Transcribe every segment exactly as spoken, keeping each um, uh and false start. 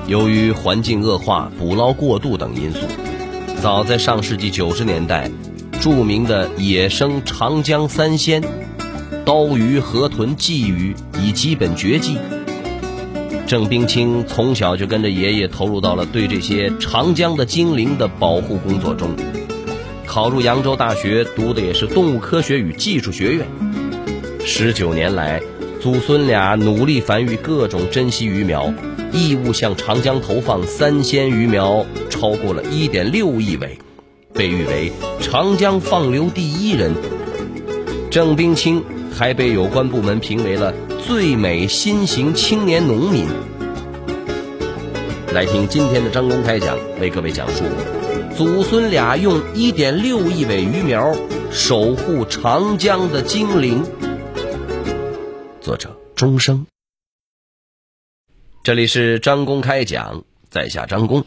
由于环境恶化、捕捞过度等因素，早在上世纪九十年代，著名的野生长江三鲜刀鱼、河豚、鲫鱼已基本绝迹。郑冰清从小就跟着爷爷投入到了对这些长江的精灵的保护工作中，考入扬州大学，读的也是动物科学与技术学院。十九年来，祖孙俩努力繁育各种珍稀鱼苗，义务向长江投放三鲜鱼苗超过了 一点六亿尾，被誉为长江放流第一人。郑冰清还被有关部门评为了最美新型青年农民。来听今天的张公开讲，为各位讲述祖孙俩用 一点六亿尾鱼苗守护长江的精灵。作者钟声。这里是张公开讲，在下张公。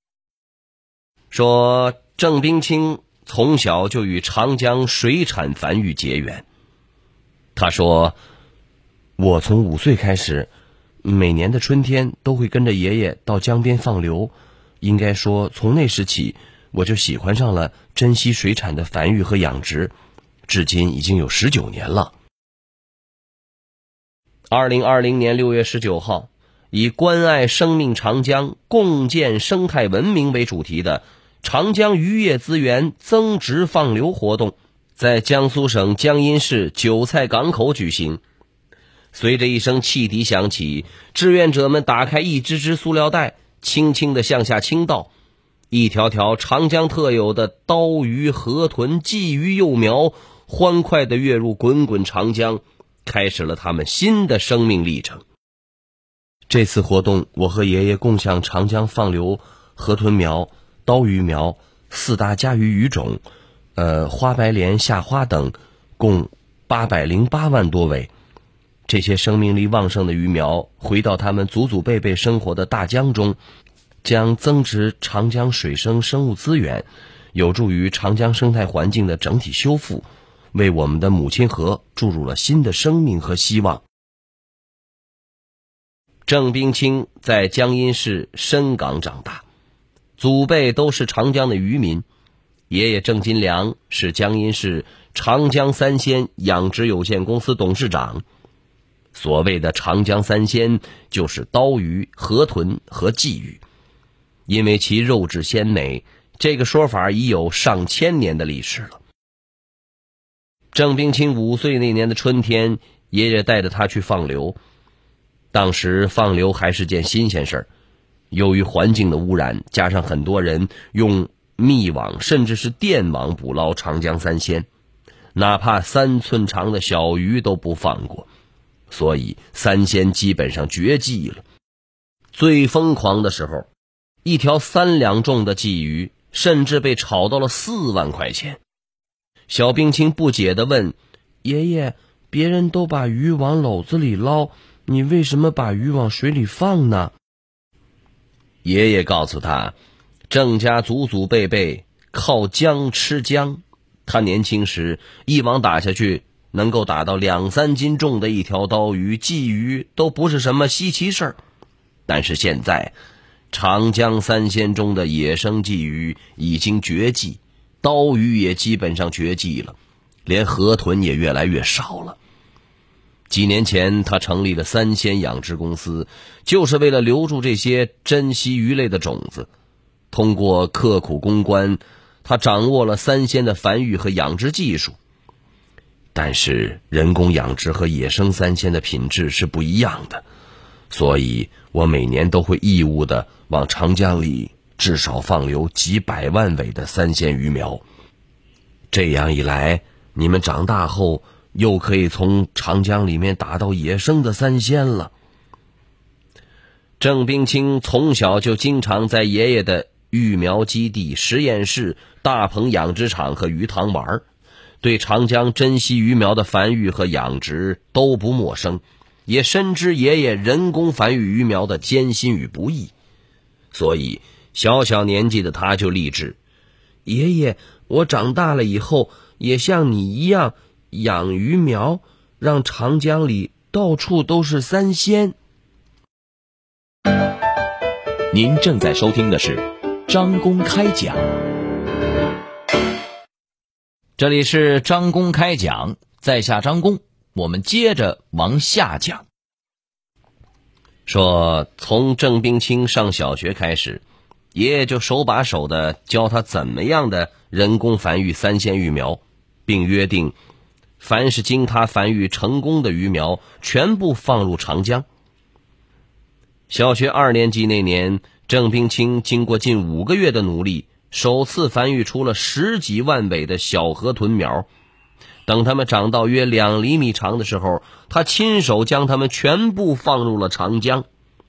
说郑冰清从小就与长江水产繁育结缘。他说，我从五岁开始，每年的春天都会跟着爷爷到江边放流，应该说从那时起我就喜欢上了珍稀水产的繁育和养殖，至今已经有十九年了。二零二零年六月十九号，以关爱生命长江，共建生态文明为主题的长江渔业资源增值放流活动在江苏省江阴市韭菜港口举行。随着一声汽笛响起，志愿者们打开一只只塑料袋，轻轻地向下倾倒，一条条长江特有的刀鱼、河豚、鲫鱼幼苗欢快地跃入滚滚长江，开始了他们新的生命历程。这次活动，我和爷爷共向长江放流河豚苗、刀鱼苗、四大家鱼鱼种、呃花白莲、夏花等，共八百零八万多尾。这些生命力旺盛的鱼苗回到他们祖祖辈辈生活的大江中，将增值长江水生生物资源，有助于长江生态环境的整体修复，为我们的母亲河注入了新的生命和希望。郑冰清在江阴市深港长大，祖辈都是长江的渔民，爷爷郑金良是江阴市长江三鲜养殖有限公司董事长。所谓的长江三鲜就是刀鱼、河豚和鲫鱼，因为其肉质鲜美，这个说法已有上千年的历史了。郑冰清五岁那年的春天，爷爷带着他去放流。当时放流还是件新鲜事儿，由于环境的污染，加上很多人用密网甚至是电网捕捞长江三鲜，哪怕三寸长的小鱼都不放过，所以三鲜基本上绝迹了。最疯狂的时候，一条三两重的鲫鱼甚至被炒到了四万块钱。小冰清不解地问，爷爷，别人都把鱼往篓子里捞，你为什么把鱼往水里放呢？爷爷告诉他，郑家祖祖辈辈靠江吃江，他年轻时一网打下去能够打到两三斤重的一条刀鱼、鲫鱼都不是什么稀奇事儿。但是现在长江三鲜中的野生鲫鱼已经绝迹，刀鱼也基本上绝迹了，连河豚也越来越少了。几年前他成立了三鲜养殖公司，就是为了留住这些珍稀鱼类的种子。通过刻苦攻关，他掌握了三鲜的繁育和养殖技术。但是人工养殖和野生三鲜的品质是不一样的，所以我每年都会义务的往长江里至少放流几百万尾的三鲜鱼苗。这样一来，你们长大后又可以从长江里面打到野生的三鲜了。郑冰清从小就经常在爷爷的育苗基地、实验室、大棚养殖场和鱼塘玩，对长江珍稀鱼苗的繁育和养殖都不陌生，也深知爷爷人工繁育鱼苗的艰辛与不易。所以小小年纪的他就立志，爷爷，我长大了以后也像你一样养鱼苗，让长江里到处都是三鲜。 您正在收听的是张公开讲。这里是张公开讲，在下张公，我们接着往下讲。 说从郑冰清上小学开始，爷爷就手把手的教他怎么样的人工繁育三鲜育苗，并约定凡是经他繁育成功的鱼苗全部放入长江。小学二年级那年，郑冰清经过近五个月的努力，首次繁育出了十几万尾的小河豚苗。等它们长到约两厘米长的时候，他亲手将它们全部放入了长江。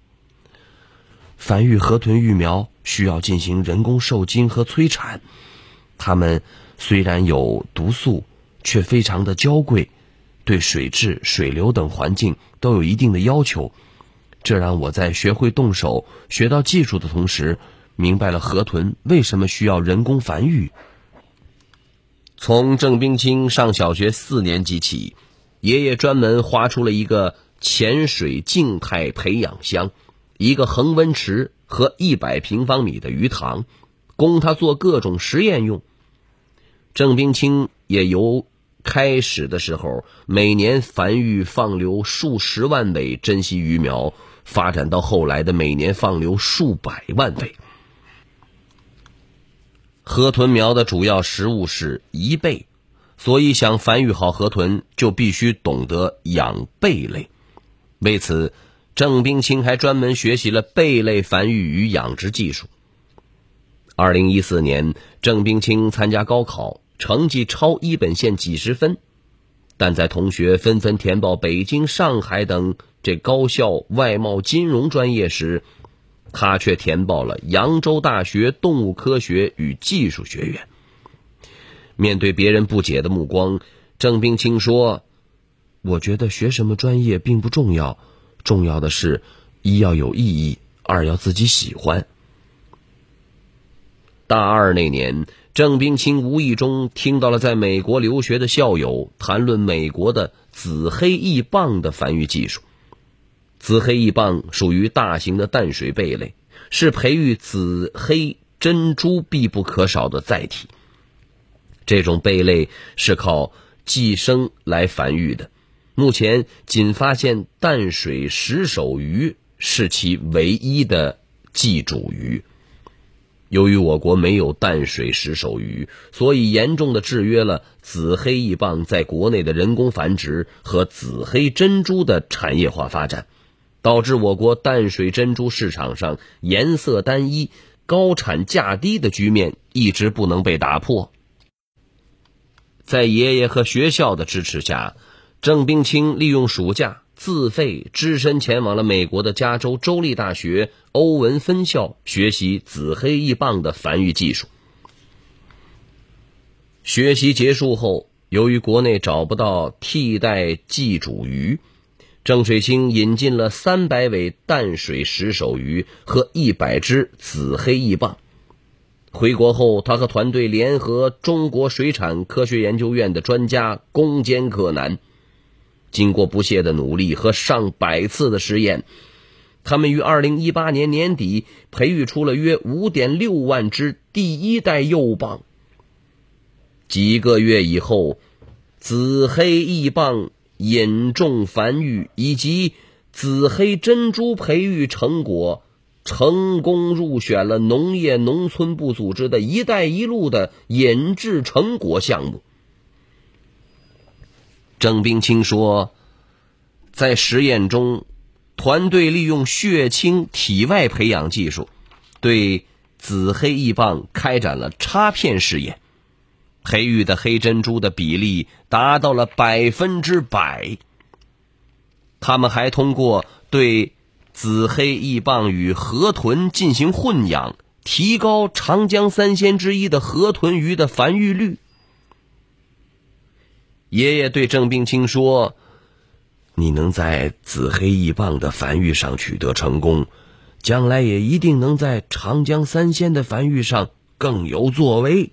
繁育河豚育苗需要进行人工受精和催产，它们虽然有毒素，却非常的娇贵，对水质、水流等环境都有一定的要求。这让我在学会动手、学到技术的同时，明白了河豚为什么需要人工繁育。从郑冰清上小学四年级起，爷爷专门划出了一个潜水静态培养箱，一个恒温池和一百平方米的鱼塘，供他做各种实验用。郑冰清也由开始的时候每年繁育放流数十万尾珍稀鱼苗，发展到后来的每年放流数百万尾。河豚苗的主要食物是贻贝，所以想繁育好河豚，就必须懂得养贝类。为此，郑冰清还专门学习了贝类繁育与养殖技术。二零一四年，郑冰清参加高考，成绩超一本线几十分，但在同学纷纷填报北京、上海等这高校外贸金融专业时，他却填报了扬州大学动物科学与技术学院。面对别人不解的目光，郑冰清说：我觉得学什么专业并不重要，重要的是一要有意义，二要自己喜欢。大二那年，郑冰清无意中听到了在美国留学的校友谈论美国的紫黑翼蚌的繁育技术。紫黑翼蚌属于大型的淡水贝类，是培育紫黑珍珠必不可少的载体。这种贝类是靠寄生来繁育的，目前仅发现淡水石首鱼是其唯一的寄主鱼。由于我国没有淡水石首鱼，所以严重的制约了紫黑翼蚌在国内的人工繁殖和紫黑珍珠的产业化发展，导致我国淡水珍珠市场上颜色单一、高产价低的局面一直不能被打破。在爷爷和学校的支持下，郑冰清利用暑假自费只身前往了美国的加州州立大学欧文分校学习紫黑翼蚌的繁育技术。学习结束后，由于国内找不到替代寄主鱼，郑水清引进了三百尾淡水石首鱼和一百只紫黑翼蚌。回国后，他和团队联合中国水产科学研究院的专家攻坚克难。经过不懈的努力和上百次的实验，他们于二零一八年年底培育出了约 五点六万只第一代幼蚌。几个月以后，紫黑翼蚌引种繁育以及紫黑珍珠培育成果成功入选了农业农村部组织的一带一路的引制成果项目。郑冰清说，在实验中，团队利用血清体外培养技术，对紫黑翼蚌开展了插片试验，培育的黑珍珠的比例达到了百分之百。他们还通过对紫黑翼蚌与河豚进行混养，提高长江三鲜之一的河豚鱼的繁育率。爷爷对郑冰清说，你能在紫黑翼蚌的繁育上取得成功，将来也一定能在长江三鲜的繁育上更有作为。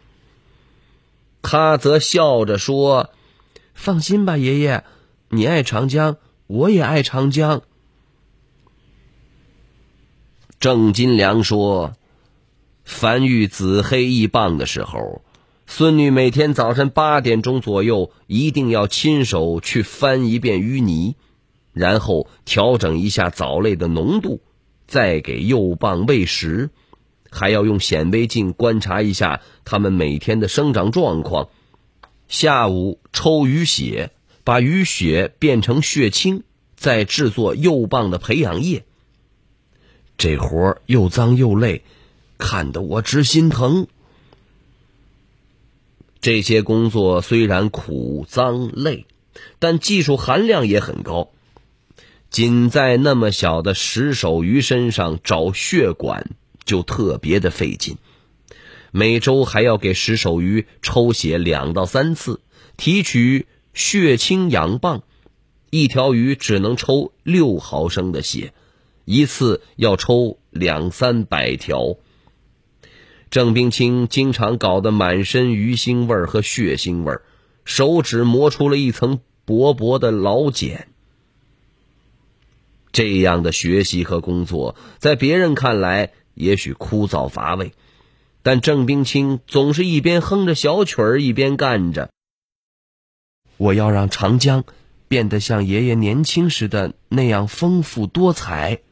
他则笑着说，放心吧爷爷，你爱长江，我也爱长江。 郑金良说，翻育紫黑翼蚌的时候，孙女每天早晨八点钟左右一定要亲手去翻一遍淤泥，然后调整一下藻类的浓度，再给幼蚌喂食，还要用显微镜观察一下它们每天的生长状况。下午抽鱼血，把鱼血变成血清，再制作幼蚌的培养液。这活又脏又累，看得我直心疼。这些工作虽然苦脏累，但技术含量也很高。仅在那么小的石首鱼身上找血管就特别的费劲，每周还要给石首鱼抽血两到三次，提取血清养蚌。一条鱼只能抽六毫升的血，一次要抽两三百条。郑冰清经常搞得满身鱼腥味和血腥味，手指磨出了一层薄薄的老茧。这样的学习和工作在别人看来也许枯燥乏味，但郑冰清总是一边哼着小曲儿一边干着。我要让长江变得像爷爷年轻时的那样丰富多彩。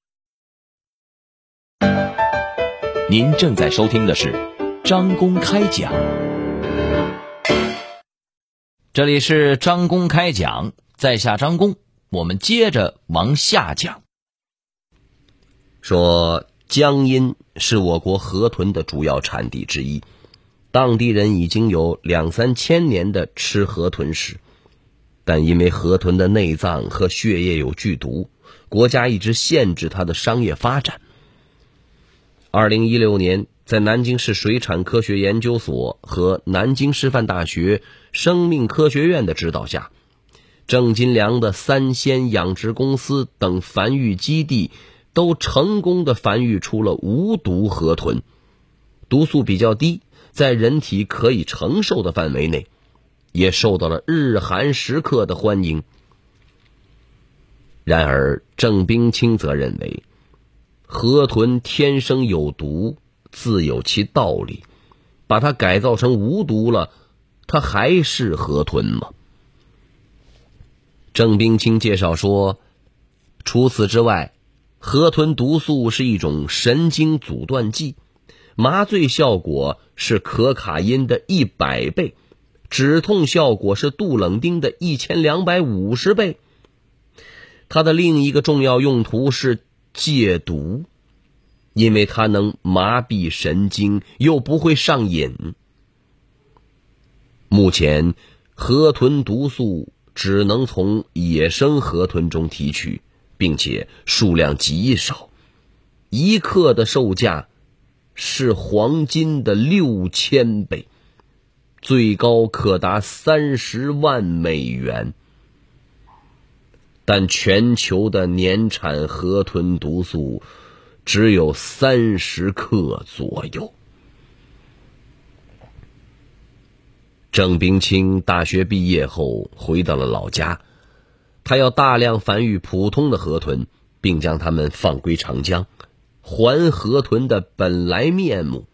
您正在收听的是张公开讲，这里是张公开讲，在下张公，我们接着往下讲。 说江阴是我国河豚的主要产地之一，当地人已经有两三千年的吃河豚史，但因为河豚的内脏和血液有剧毒，国家一直限制它的商业发展。二零一六年，在南京市水产科学研究所和南京师范大学生命科学院的指导下，郑金良的三鲜养殖公司等繁育基地都成功的繁育出了无毒河豚，毒素比较低，在人体可以承受的范围内，也受到了日韩食客的欢迎。然而郑冰清则认为，河豚天生有毒，自有其道理，把它改造成无毒了，它还是河豚吗？郑冰清介绍说，除此之外，河豚毒素是一种神经阻断剂，麻醉效果是可卡因的一百倍，止痛效果是杜冷丁的一千两百五十倍。它的另一个重要用途是戒毒，因为它能麻痹神经，又不会上瘾。目前，河豚毒素只能从野生河豚中提取，并且数量极少，一克的售价是黄金的六千倍，最高可达三十万美元。但全球的年产河豚毒素只有三十克左右。郑冰清大学毕业后回到了老家，他要大量繁育普通的河豚，并将它们放归长江，还河豚的本来面目。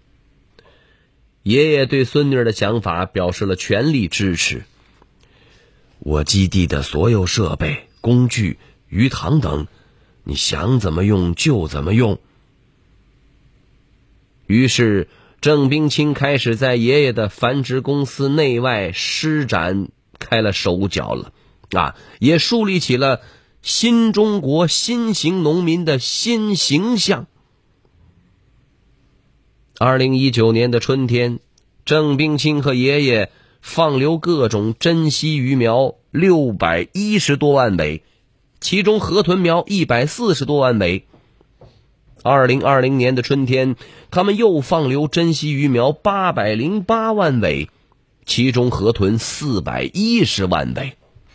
爷爷对孙女的想法表示了全力支持。我基地的所有设备、工具、鱼塘等，你想怎么用就怎么用。于是郑冰清开始在爷爷的繁殖公司内外施展开了手脚了啊，也树立起了新中国新型农民的新形象。二零一九年的春天，郑冰清和爷爷放流各种珍稀鱼苗六百一十多万尾，其中河豚苗一百四十多万尾。二零二零年的春天，他们又放流珍稀鱼苗八百零八万尾，其中河豚四百一十万尾。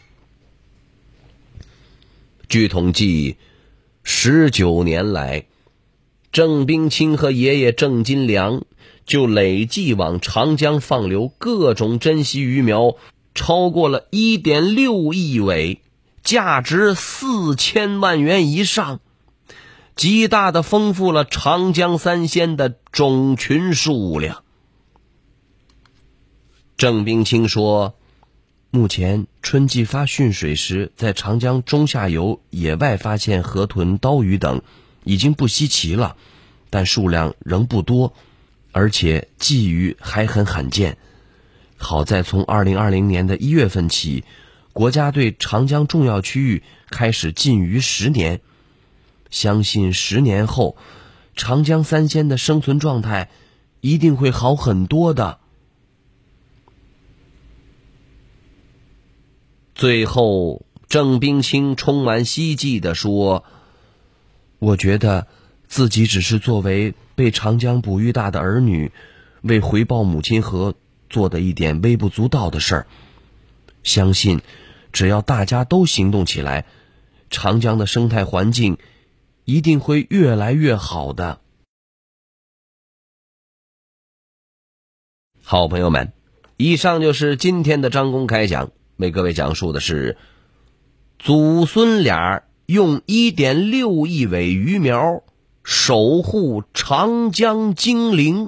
据统计，十九年来，郑冰清和爷爷郑金良就累计往长江放流各种珍稀鱼苗超过了 一点六亿尾，价值四千万元以上。 极大的丰富了长江三仙的种群数量。郑冰清说，目前春季发汛水时，在长江中下游野外发现河豚、刀鱼等已经不稀奇了，但数量仍不多，而且鲫鱼还很罕见。好在从二零二零年的一月份起，国家对长江重要区域开始禁渔十年，相信十年后长江三仙的生存状态一定会好很多的。最后，郑冰清充满希冀地说，我觉得自己只是作为被长江哺育大的儿女，为回报母亲河做的一点微不足道的事儿。相信只要大家都行动起来，长江的生态环境一定会越来越好的。好朋友们，以上就是今天的张公开讲，为各位讲述的是祖孙俩用 一点六亿尾鱼苗守护长江精灵。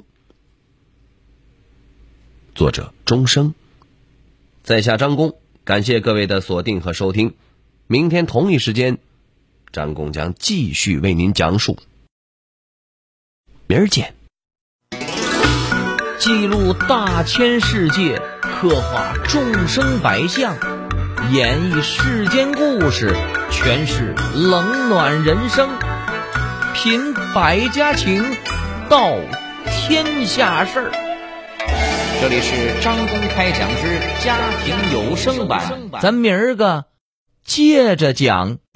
作者钟声，在下张公，感谢各位的锁定和收听。明天同一时间，张公将继续为您讲述。明儿见。 记录大千世界，刻画众生百相，演绎世间故事，诠释冷暖人生，品百家情，道天下事儿。这里是张公开讲之家庭有声版，咱明儿个接着讲。